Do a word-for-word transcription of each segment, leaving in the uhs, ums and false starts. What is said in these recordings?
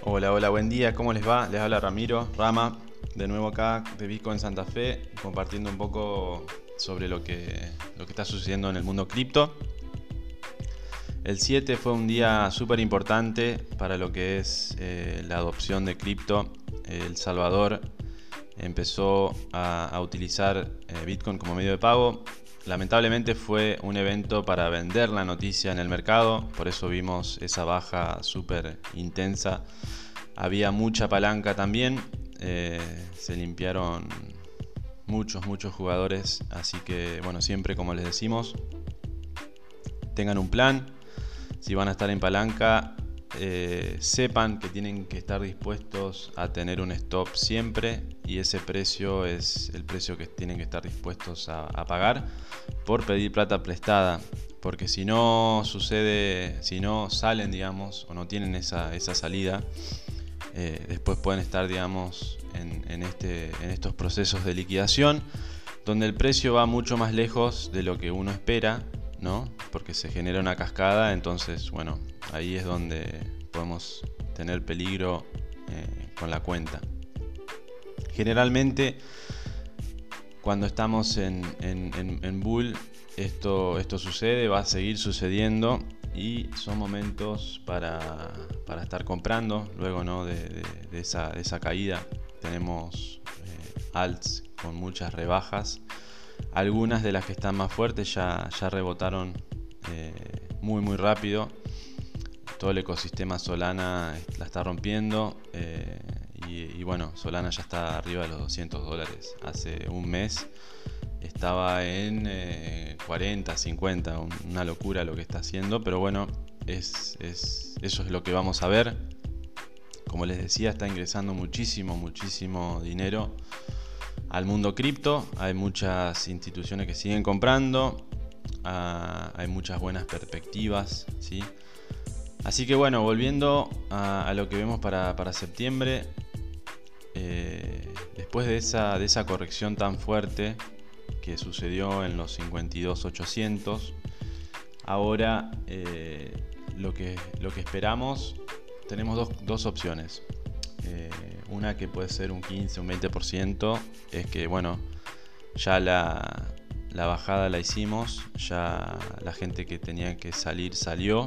Hola, hola, buen día, ¿cómo les va? Les habla Ramiro, Rama, de nuevo acá de Bitcoin Santa Fe, compartiendo un poco sobre lo que, lo que está sucediendo en el mundo cripto. El siete fue un día súper importante para lo que es eh, la adopción de cripto. El Salvador empezó a, a utilizar eh, Bitcoin como medio de pago. Lamentablemente fue un evento para vender la noticia en el mercado, por eso vimos esa baja súper intensa. Había mucha palanca también, eh, se limpiaron muchos, muchos jugadores, así que bueno, siempre como les decimos, tengan un plan. Si van a estar en palanca, eh, sepan que tienen que estar dispuestos a tener un stop siempre, y ese precio es el precio que tienen que estar dispuestos a, a pagar por pedir plata prestada, porque si no sucede, si no salen, digamos, o no tienen esa, esa salida, eh, después pueden estar, digamos, en, en, este, en estos procesos de liquidación, donde el precio va mucho más lejos de lo que uno espera, ¿no? Porque se genera una cascada. Entonces, bueno, ahí es donde podemos tener peligro eh, con la cuenta. Generalmente, cuando estamos en, en, en, en bull, esto, esto sucede, va a seguir sucediendo, y son momentos para, para estar comprando luego, ¿no? de, de, de, esa, de esa caída. Tenemos eh, alts con muchas rebajas. Algunas de las que están más fuertes ya, ya rebotaron eh, muy muy rápido. Todo el ecosistema Solana la está rompiendo, eh, y, y bueno, Solana ya está arriba de los doscientos dólares. Hace un mes estaba en eh, cuarenta, cincuenta, una locura lo que está haciendo, pero bueno, es, es, eso es lo que vamos a ver. Como les decía, está ingresando muchísimo, muchísimo dinero al mundo cripto. Hay muchas instituciones que siguen comprando, uh, hay muchas buenas perspectivas, ¿sí? Así que bueno, volviendo a, a lo que vemos para, para septiembre, eh, después de esa, de esa corrección tan fuerte que sucedió en los cincuenta y dos mil ochocientos, ahora eh, lo, que, lo que esperamos, tenemos dos, dos opciones. Eh, una que puede ser un quince, un veinte por ciento, es que bueno, ya la, la bajada la hicimos, ya la gente que tenía que salir salió,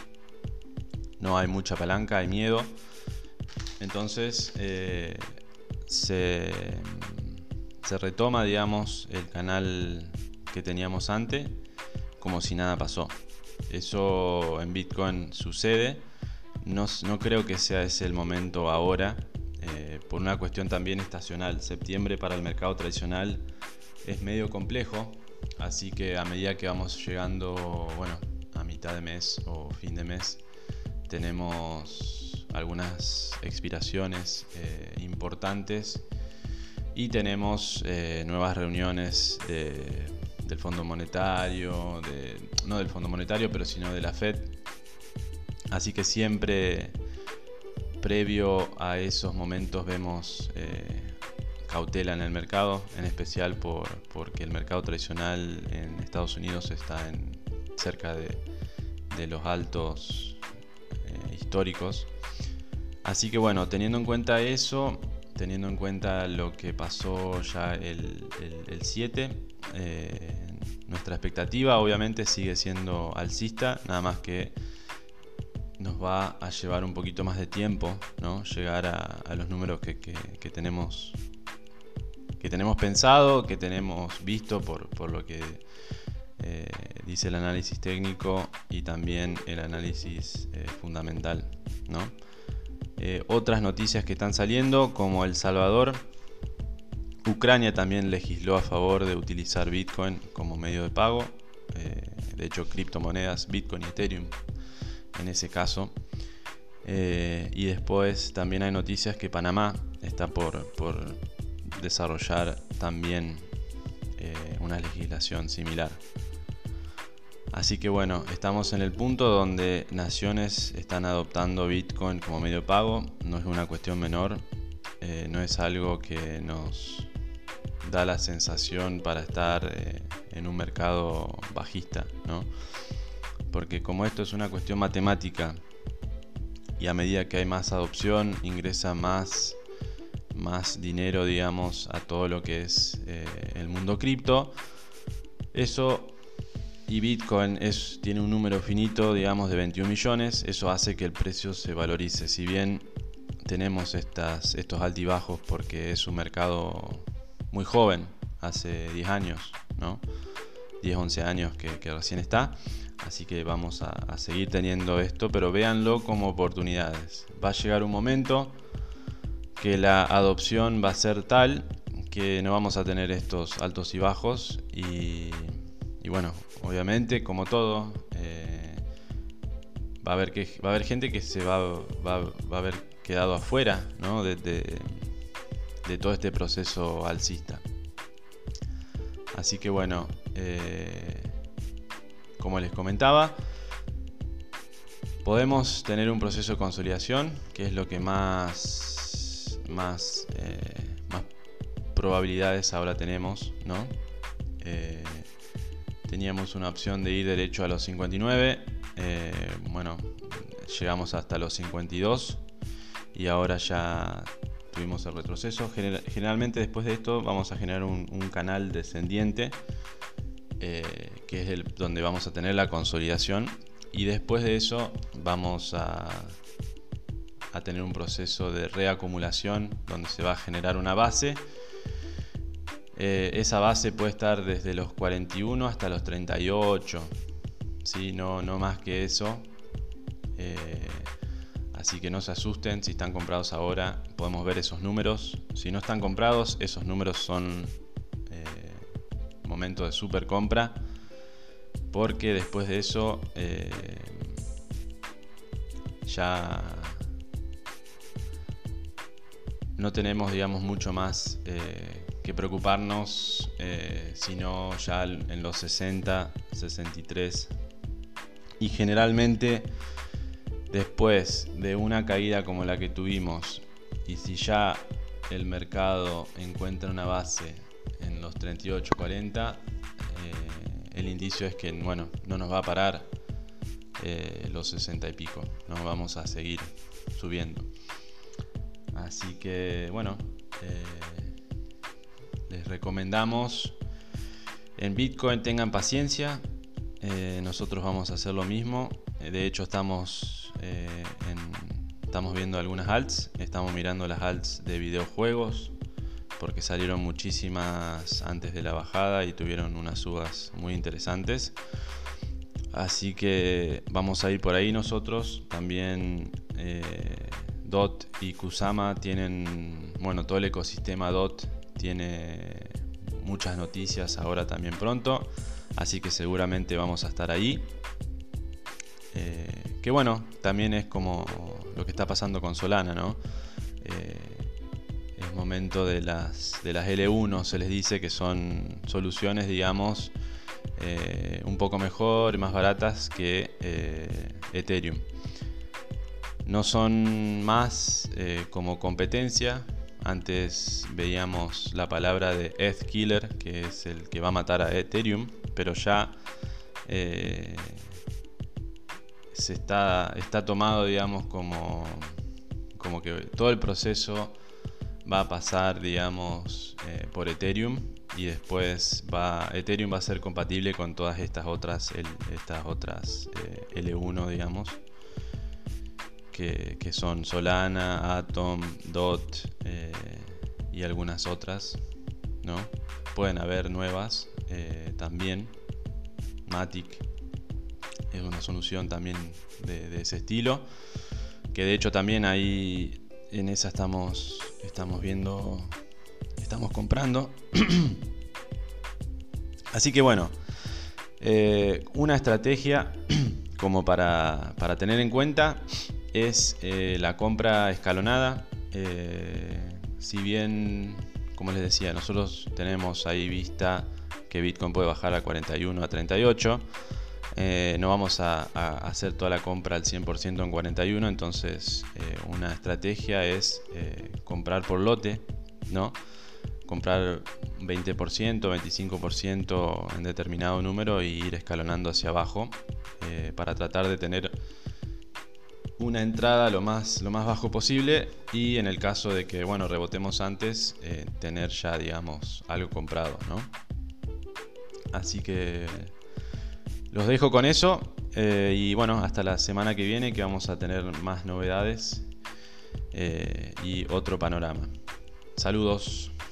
no hay mucha palanca, hay miedo. Entonces eh, se, se retoma, digamos, el canal que teníamos antes, como si nada pasó. Eso en Bitcoin sucede. No, no creo que sea ese el momento ahora, eh, por una cuestión también estacional. Septiembre para el mercado tradicional es medio complejo, así que a medida que vamos llegando, bueno, a mitad de mes o fin de mes, tenemos algunas expiraciones eh, importantes, y tenemos eh, nuevas reuniones de, del Fondo Monetario, de, no del Fondo Monetario, pero sino de la Fed. Así que siempre previo a esos momentos vemos eh, cautela en el mercado, en especial por, porque el mercado tradicional en Estados Unidos está en, cerca de, de los altos eh, históricos. Así que bueno, teniendo en cuenta eso, teniendo en cuenta lo que pasó ya el, el, el siete, eh, nuestra expectativa obviamente sigue siendo alcista, nada más que nos va a llevar un poquito más de tiempo, ¿no? Llegar a, a los números que, que, que tenemos que tenemos pensado, que tenemos visto por, por lo que eh, dice el análisis técnico y también el análisis eh, fundamental, ¿no? Eh, otras noticias que están saliendo, como El Salvador, Ucrania también legisló a favor de utilizar Bitcoin como medio de pago. Eh, de hecho, criptomonedas, Bitcoin y Ethereum en ese caso. Eh, y después también hay noticias que Panamá está por, por desarrollar también eh, una legislación similar. Así que bueno, estamos en el punto donde naciones están adoptando Bitcoin como medio de pago. No es una cuestión menor, eh, no es algo que nos da la sensación para estar eh, en un mercado bajista, ¿no? Porque como esto es una cuestión matemática y a medida que hay más adopción ingresa más, más dinero, digamos, a todo lo que es eh, el mundo cripto. Eso, y Bitcoin es, tiene un número finito, digamos, de veintiún millones. Eso hace que el precio se valorice. Si bien tenemos estas, estos altibajos porque es un mercado muy joven, hace diez años, ¿no? diez, once años que, que recién está. Así que vamos a, a seguir teniendo esto, pero véanlo como oportunidades. Va a llegar un momento que la adopción va a ser tal que no vamos a tener estos altos y bajos. Y, y bueno, obviamente, como todo, eh, va, a haber que, va a haber gente que se va, va, va a haber quedado afuera, ¿no? de, de, de todo este proceso alcista. Así que bueno, eh, como les comentaba, podemos tener un proceso de consolidación, que es lo que más, más, eh, más probabilidades ahora tenemos, ¿no? Eh, teníamos una opción de ir derecho a los cincuenta y nueve, eh, bueno, llegamos hasta los cincuenta y dos y ahora ya tuvimos el retroceso. General, generalmente después de esto vamos a generar un, un canal descendiente, eh, que es el, donde vamos a tener la consolidación, y después de eso vamos a, a tener un proceso de reacumulación donde se va a generar una base. Eh, esa base puede estar desde los cuarenta y uno hasta los treinta y ocho, ¿sí? no, no más que eso. Eh, así que no se asusten si están comprados ahora, podemos ver esos números. Si no están comprados, esos números son eh, momento de super compra, porque después de eso eh, ya no tenemos, digamos, mucho más eh, que preocuparnos, eh, sino ya en los sesenta, sesenta y tres. Y generalmente después de una caída como la que tuvimos, y si ya el mercado encuentra una base en los treinta y ocho, cuarenta, eh, el indicio es que, bueno, no nos va a parar eh, los sesenta y pico, no vamos a seguir subiendo. Así que bueno, eh, les recomendamos en Bitcoin tengan paciencia. Eh, nosotros vamos a hacer lo mismo. De hecho estamos eh, en, estamos viendo algunas alts, estamos mirando las alts de videojuegos porque salieron muchísimas antes de la bajada y tuvieron unas subas muy interesantes. Así que vamos a ir por ahí nosotros. También eh, D O T y Kusama tienen, bueno, todo el ecosistema D O T tiene muchas noticias ahora también pronto. Así que seguramente vamos a estar ahí. Eh, que bueno, también es como lo que está pasando con Solana, ¿no? Eh, es momento de las, de las L uno, se les dice que son soluciones, digamos, eh, un poco mejor, más baratas que eh, Ethereum. No son más eh, como competencia. Antes veíamos la palabra de ETH Killer, que es el que va a matar a Ethereum, pero ya eh, se está, está tomado, digamos, como, como que todo el proceso va a pasar, digamos, eh, por Ethereum, y después va, Ethereum va a ser compatible con todas estas otras, el, estas otras eh, L uno, digamos, que, que son Solana, Atom, D O T eh, y algunas otras, ¿no? Pueden haber nuevas eh, también. Matic es una solución también de, de ese estilo, que de hecho también ahí en esa estamos, estamos viendo, estamos comprando. Así que bueno, eh, una estrategia como para, para tener en cuenta es eh, la compra escalonada. Eh, si bien, como les decía, nosotros tenemos ahí vista que Bitcoin puede bajar a cuarenta y uno, a treinta y ocho, eh, no vamos a, a hacer toda la compra al cien por ciento en cuarenta y uno. Entonces eh, una estrategia es eh, comprar por lote, ¿no? Comprar veinte por ciento, veinticinco por ciento en determinado número y ir escalonando hacia abajo, eh, para tratar de tener una entrada lo más, lo más bajo posible, y en el caso de que, bueno, rebotemos antes, eh, tener ya, digamos, algo comprado, ¿no? Así que los dejo con eso, eh, y bueno, hasta la semana que viene, que vamos a tener más novedades eh, y otro panorama. Saludos.